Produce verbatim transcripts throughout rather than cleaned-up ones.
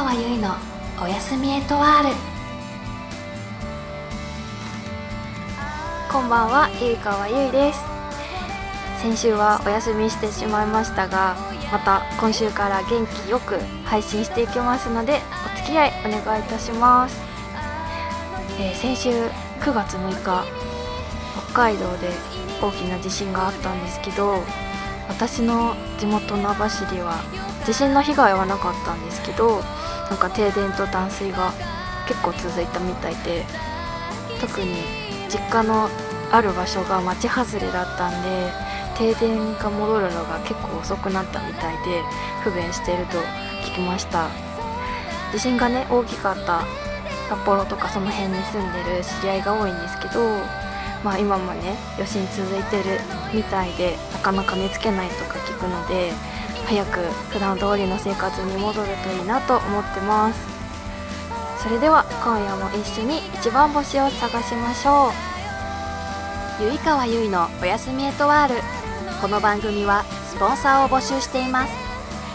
川ゆいのおやすみエトワール。こんばんは、ゆいかわゆいです。先週はお休みしてしまいましたが、また今週から元気よく配信していきますのでお付き合いお願いいたします。えー、先週くがつむいか、北海道で大きな地震があったんですけど、私の地元の網走は地震の被害はなかったんですけど、なんか停電と断水が結構続いたみたいで、特に実家のある場所が町外れだったんで、停電が戻るのが結構遅くなったみたいで不便していると聞きました。地震がね大きかった札幌とかその辺に住んでる知り合いが多いんですけど、まあ今もね余震続いてるみたいで、なかなか寝つけないとか聞くので、早く普段通りの生活に戻るといいなと思ってます。それでは今夜も一緒に一番星を探しましょう。ゆいかわゆいのおやすみエトワール。この番組はスポンサーを募集しています。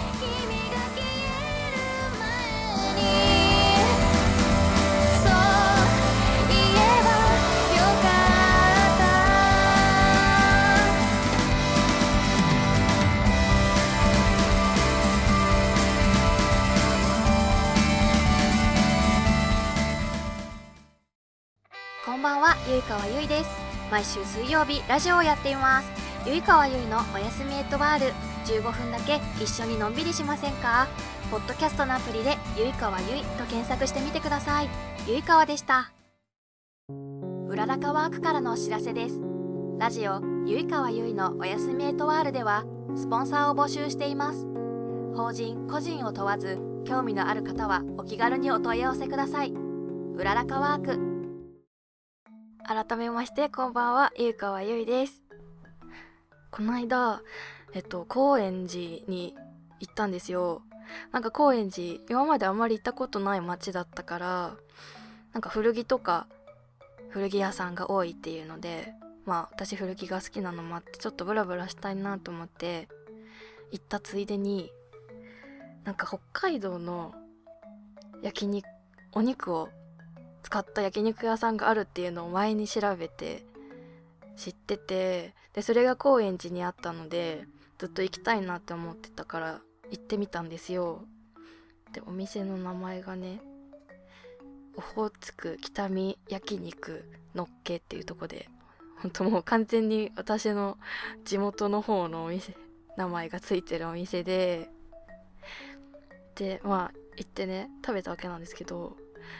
こんばんは、ゆいかわゆいです。毎週水曜日ラジオをやっています。ゆいかわゆいのおやすみエトワール。じゅうごふんだけ一緒にのんびりしませんか？ポッドキャストのアプリでゆいかわゆいと検索してみてください。ゆいかわでした。うららかワークからのお知らせです。ラジオゆいかわゆいのおやすみエトワールではスポンサーを募集しています。法人個人を問わず、興味のある方はお気軽にお問い合わせください。うららかワーク。改めましてこんばんは、ゆいかわゆいです。この間えっと高円寺に行ったんですよ。なんか高円寺今まであんまり行ったことない街だったから、なんか古着とか古着屋さんが多いっていうので、まあ私古着が好きなのもあって、ちょっとブラブラしたいなと思って行ったついでに、なんか北海道の焼肉お肉を使った焼肉屋さんがあるっていうのを前に調べて知ってて、でそれが高円寺にあったのでずっと行きたいなって思ってたから行ってみたんですよ。でお店の名前がね、オホーツク北見焼肉のっけっていうとこで、ほんともう完全に私の地元の方のお店名前がついてるお店で、でまあ行ってね食べたわけなんですけど、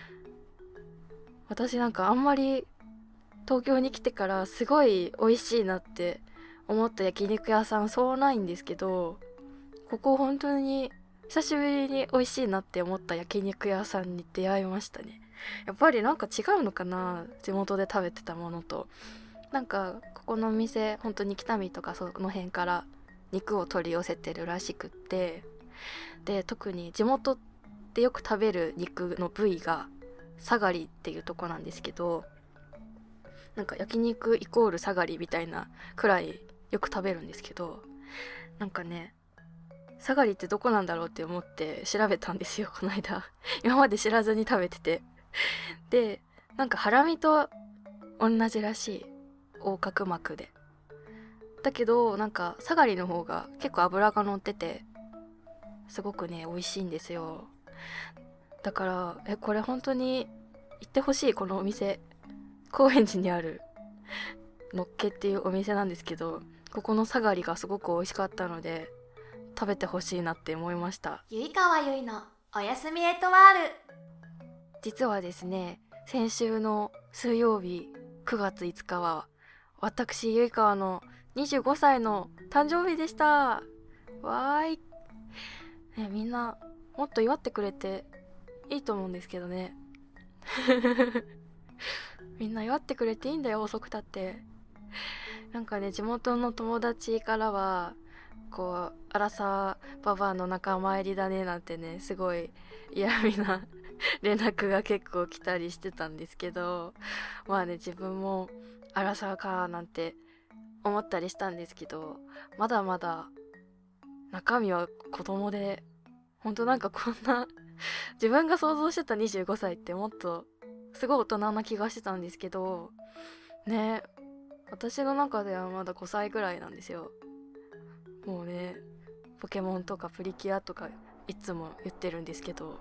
私なんかあんまり東京に来てからすごい美味しいなって思った焼肉屋さんそうないんですけど、ここ本当に久しぶりに美味しいなって思った焼肉屋さんに出会いましたね。やっぱりなんか違うのかな、地元で食べてたものと。なんかここのお店本当に北見とかその辺から肉を取り寄せてるらしくって、で特に地元でよく食べる肉の部位がサガリっていうとこなんですけど、なんか焼肉イコールサガリみたいなくらいよく食べるんですけど、なんかねサガリってどこなんだろうって思って調べたんですよ、この間。今まで知らずに食べてて、でなんかハラミと同じらしい、横隔膜で。だけどなんかサガリの方が結構脂が乗っててすごくね美味しいんですよ。だからえこれ本当に行ってほしい、このお店。高円寺にあるのっけっていうお店なんですけど、ここのサガリがすごく美味しかったので食べてほしいなって思いました。ゆいかわゆいのおやすみエトワール。実はですね、先週の水曜日くがついつかは私ゆいかわのにじゅうごさいの誕生日でした。わーい、ね、みんなもっと祝ってくれていいと思うんですけどねみんな祝ってくれていいんだよ、遅くたって。なんかね、地元の友達からはこうアラサーババアの仲間入りだねなんてね、すごい嫌味な連絡が結構来たりしてたんですけど、まあね自分もアラサーかなんて思ったりしたんですけど、まだまだ中身は子供で、ほんとなんかこんな自分が想像してたにじゅうごさいってもっとすごい大人な気がしてたんですけどね、私の中ではまだごさいぐらいなんですよ。もうね、ポケモンとかプリキュアとかいつも言ってるんですけど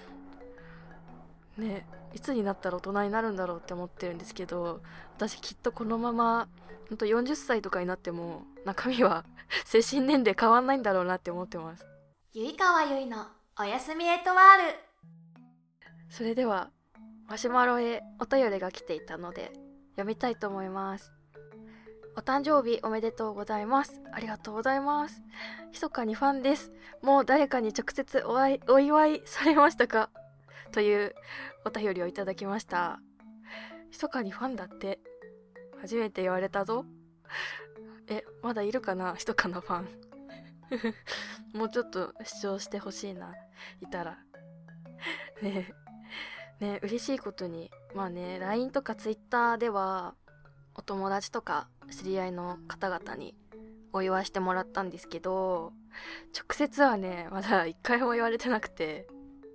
ね、いつになったら大人になるんだろうって思ってるんですけど、私きっとこのままほんとよんじゅっさいとかになっても中身は精神年齢変わんないんだろうなって思ってます。 ゆいかわゆいのおやすみエトワール。 それではマシュマロへお便りが来ていたので読みたいと思います。お誕生日おめでとうございます。ありがとうございます。密かにファンです。もう誰かに直接お会いお祝いされましたか、というお便りをいただきました。密かにファンだって初めて言われたぞ。え、まだいるかな、密かなファンもうちょっと主張してほしいな、いたらねえねえ、嬉しいことにまあね、 ライン とか ツイッター ではお友達とか知り合いの方々にお祝いしてもらったんですけど、直接はねまだ一回も言われてなくて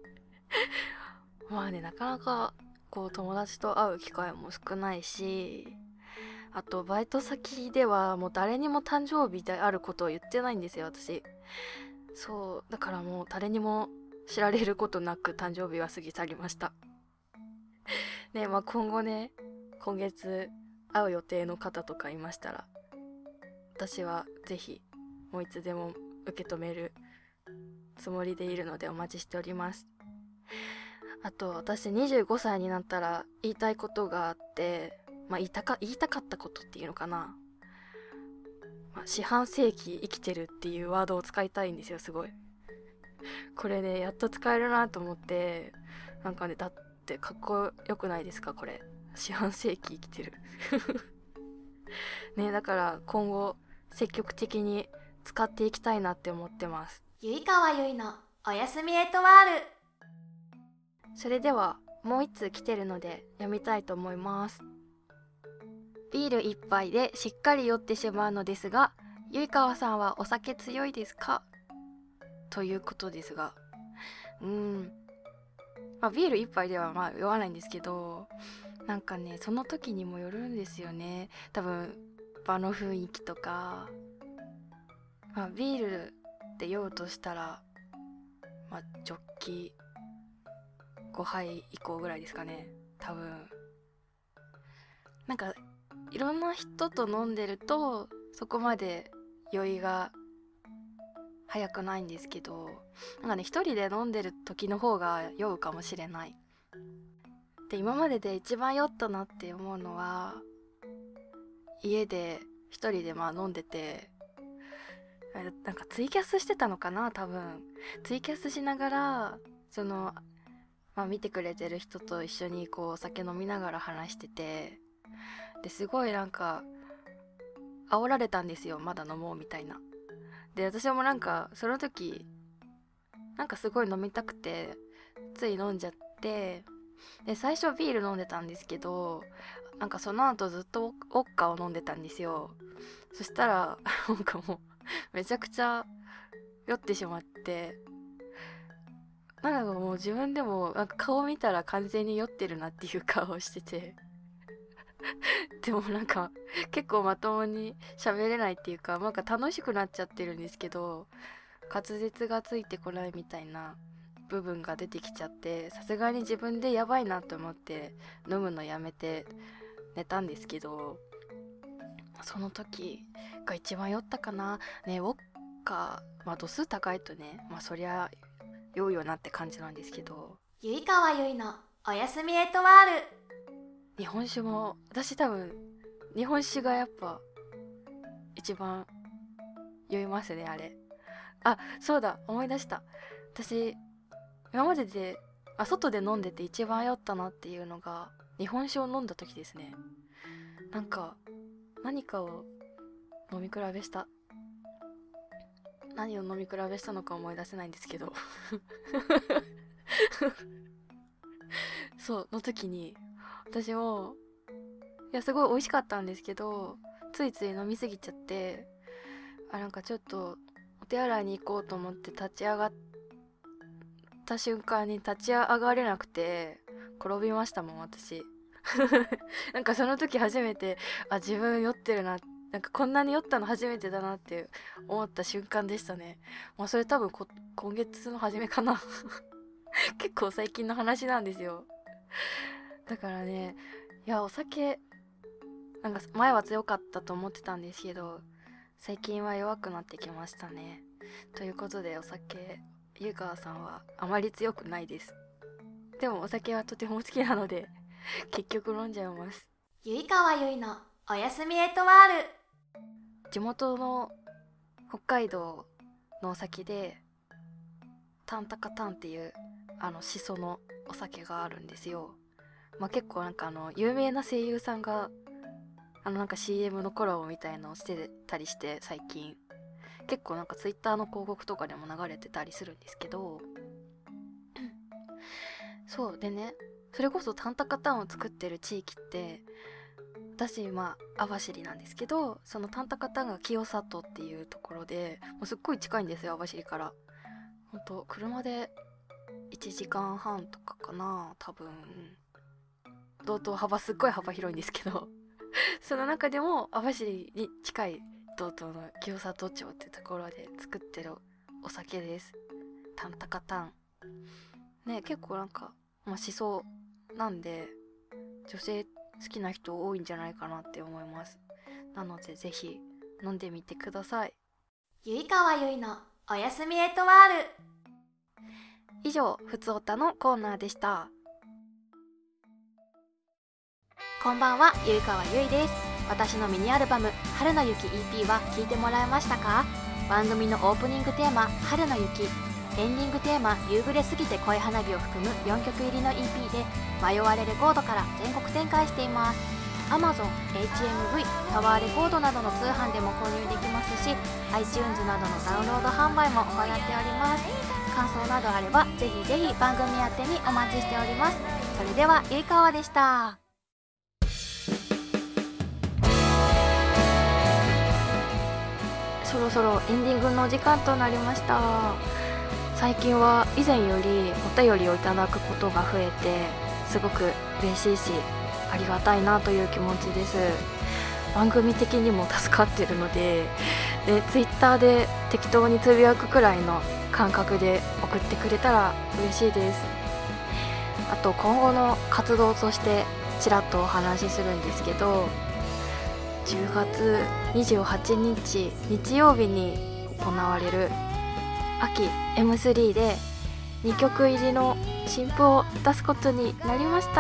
まあね、なかなかこう友達と会う機会も少ないし、あとバイト先ではもう誰にも誕生日であることを言ってないんですよ、私。そうだからもう誰にも知られることなく誕生日は過ぎ去りましたね。まあ今後ね、今月会う予定の方とかいましたら、私はぜひもういつでも受け止めるつもりでいるのでお待ちしております。あと私にじゅうごさいになったら言いたいことがあって、まあ言いたか、言いたかったことっていうのかな、まあ、四半世紀生きてるっていうワードを使いたいんですよ、すごい。これね、やっと使えるなと思って、なんかね、だってかっこよくないですか、これ。四半世紀生きてるね、だから今後積極的に使っていきたいなって思ってます。 ゆいかわゆいのおやすみエトワール。 それではもう一通来てるので読みたいと思います。ビール一杯でしっかり酔ってしまうのですが、ゆいかわさんはお酒強いですか、ということですが、うーんまあビール一杯ではまあ酔わないんですけど、なんかね、その時にもよるんですよね。多分場の雰囲気とか、まあ、ビールで酔うとしたら、まあ、ジョッキごはい以降ぐらいですかね、多分。なんかいろんな人と飲んでるとそこまで酔いが早くないんですけど、なんかね、一人で飲んでる時の方が酔うかもしれない。で、今までで一番酔ったなって思うのは、家で一人でまあ飲んでて、なんかツイキャスしてたのかな、多分ツイキャスしながら、そのまあ見てくれてる人と一緒にこうお酒飲みながら話してて、ですごいなんか煽られたんですよ、まだ飲もうみたいな。で、私もなんかその時なんかすごい飲みたくてつい飲んじゃって、で最初ビール飲んでたんですけど、なんかその後ずっとウォッカを飲んでたんですよ。そしたらなんかもうめちゃくちゃ酔ってしまって、なんかもう自分でもなんか顔見たら完全に酔ってるなっていう顔をしててでもなんか結構まともに喋れないっていうか、なんか楽しくなっちゃってるんですけど、滑舌がついてこないみたいな部分が出てきちゃって、さすがに自分でやばいなと思って飲むのやめて寝たんですけど、その時が一番酔ったかな。ね、ウォッカ、まあ度数高いとね、まあそりゃ酔うよなって感じなんですけど、 ゆいかわゆいのおやすみエトワール。 日本酒も私多分日本酒がやっぱ一番酔いますね、あれ。あ、そうだ、思い出した。私今までであ外で飲んでて一番酔ったなっていうのが日本酒を飲んだ時ですね。なんか何かを飲み比べした何を飲み比べしたのか思い出せないんですけどそうの時に私も、いやすごい美味しかったんですけど、ついつい飲みすぎちゃって、あ、なんかちょっとお手洗いに行こうと思って立ち上がった瞬間に立ち上がれなくて転びましたもん私なんかその時初めてあ自分酔ってるな、なんかこんなに酔ったの初めてだなって思った瞬間でしたね。まあそれ多分こ今月の初めかな結構最近の話なんですよ。だからね、いやお酒なんか前は強かったと思ってたんですけど最近は弱くなってきましたね。ということでお酒ゆかわさんはあまり強くないです。でもお酒はとても好きなので結局飲んじゃいます。 ゆいかわゆいのおやすみエトワール。 地元の北海道のお酒でタンタカタンっていうあのシソのお酒があるんですよ。まあ、結構なんかあの有名な声優さんがあのなんか シーエム のコラボみたいなのをしてたりして最近結構なんかツイッターの広告とかでも流れてたりするんですけどそうでね、それこそタンタカタンを作ってる地域って私まあ網走なんですけど、そのタンタカタンが清里っていうところでもうすっごい近いんですよ網走から。ほんと車でいちじかんはんとかかな多分。道東幅すっごい幅広いんですけどその中でも網走に近い道東の清里町ってところで作ってるお酒です。タンタカタンね、結構なんかまあしそうなんで女性好きな人多いんじゃないかなって思います。なのでぜひ飲んでみてください。 ゆいかわゆいのおやすみエトワール。 以上ふつおたのコーナーでした。 こんばんは、ゆいかわゆいです。私のミニアルバム春の雪 イーピー は聴いてもらえましたか？番組のオープニングテーマ春の雪、エンディングテーマ夕暮れすぎて恋花火を含むよんきょく入りの イーピー で迷われレコードから全国展開しています。 Amazon、エイチエムブイ、タワーレコードなどの通販でも購入できますし iTunes などのダウンロード販売も行っております。感想などあればぜひぜひ番組宛てにお待ちしております。それではゆいかわでした。 そろそろエンディングの時間となりました。最近は以前よりお便りをいただくことが増えてすごく嬉しいしありがたいなという気持ちです。番組的にも助かってるので、でツイッターで適当につぶやくくらいの感覚で送ってくれたら嬉しいです。あと今後の活動としてちらっとお話しするんですけど、じゅうがつにじゅうはちにち日曜日に行われる秋 エムスリー でにきょく入りの新譜を出すことになりました。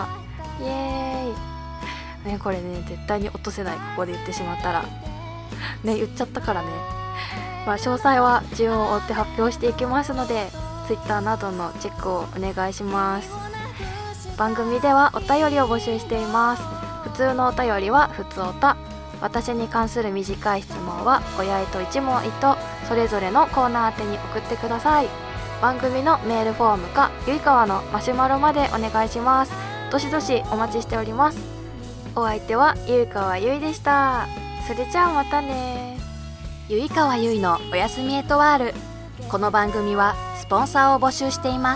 イエーイ、ね、これね絶対に落とせない。ここで言ってしまったらね言っちゃったからね。まあ、詳細は順を追って発表していきますので Twitter などのチェックをお願いします。番組ではお便りを募集しています。普通のお便りはふつおた、私に関する短い質問はおやいと一問一答、それぞれのコーナー宛てに送ってください。番組のメールフォームかゆいかわのマシュマロまでお願いします。どしどしお待ちしております。お相手はゆいかわゆいでした。それじゃあまたね。 ゆいかわゆいのおやすみエトワール。この番組はスポンサーを募集しています。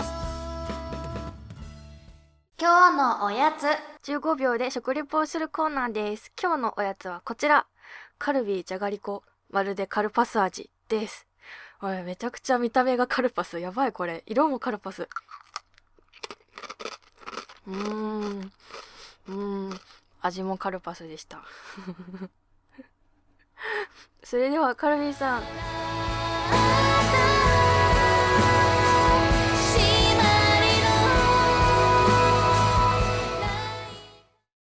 今日のおやつ、 じゅうごびょうで食レポをするコーナーです。今日のおやつはこちら、カルビーじゃがりこまるでカルパス味です。おい、めちゃくちゃ見た目がカルパス。やばい、これ色もカルパス。うーんうーん味もカルパスでしたそれではカルビーさん